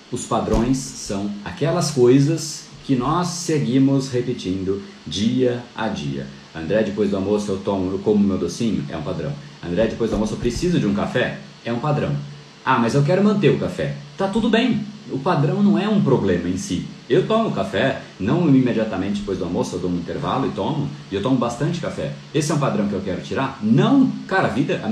Os padrões são aquelas coisas que nós seguimos repetindo dia a dia. André, depois do almoço eu como meu docinho? É um padrão. André, depois do almoço eu preciso de um café? É um padrão. Ah, mas eu quero manter o café. Tá tudo bem. O padrão não é um problema em si. Eu tomo café, não imediatamente depois do almoço, eu dou um intervalo e tomo, e eu tomo bastante café. Esse é um padrão que eu quero tirar? Não! Cara,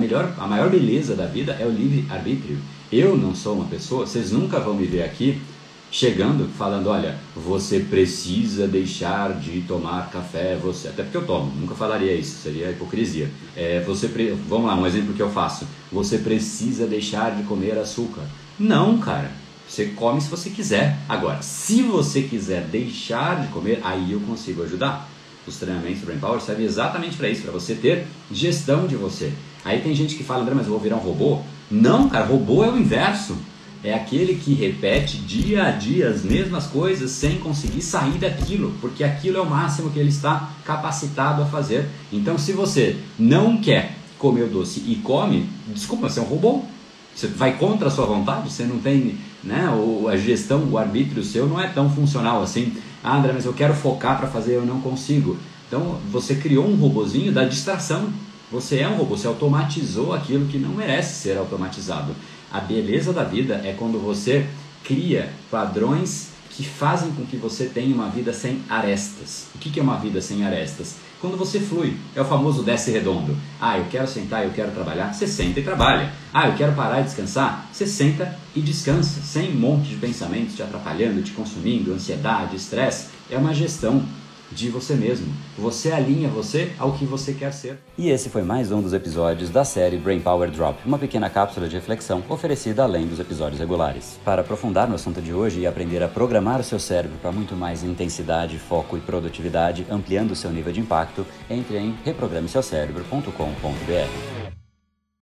a maior beleza da vida é o livre-arbítrio. Eu não sou uma pessoa, vocês nunca vão me ver aqui chegando, falando, olha, você precisa deixar de tomar café, até porque eu tomo, nunca falaria isso, seria hipocrisia. Vamos lá, um exemplo que eu faço, você precisa deixar de comer açúcar. Não, cara, você come se você quiser. Agora, se você quiser deixar de comer, aí eu consigo ajudar. Os treinamentos do Brain Power servem exatamente para isso, para você ter gestão de você. Aí tem gente que fala, André, mas eu vou virar um robô? Não, cara, robô é o inverso. É aquele que repete dia a dia as mesmas coisas sem conseguir sair daquilo, porque aquilo é o máximo que ele está capacitado a fazer. Então, se você não quer comer o doce e come, desculpa, você é um robô. Você vai contra a sua vontade, você não tem, né, a gestão, o arbítrio seu não é tão funcional assim. Ah, André, mas eu quero focar para fazer, eu não consigo. Então, você criou um robozinho da distração. Você é um robô, você automatizou aquilo que não merece ser automatizado. A beleza da vida é quando você cria padrões que fazem com que você tenha uma vida sem arestas. O que é uma vida sem arestas? Quando você flui, é o famoso desce redondo. Ah, eu quero sentar, eu quero trabalhar, você senta e trabalha. Ah, eu quero parar e descansar, você senta e descansa, sem um monte de pensamentos te atrapalhando, te consumindo, ansiedade, estresse. É uma gestão de você mesmo. Você alinha você ao que você quer ser. E esse foi mais um dos episódios da série Brain Power Drop, uma pequena cápsula de reflexão oferecida além dos episódios regulares. Para aprofundar no assunto de hoje e aprender a programar o seu cérebro para muito mais intensidade, foco e produtividade, ampliando o seu nível de impacto, entre em reprogrameseucerebro.com.br.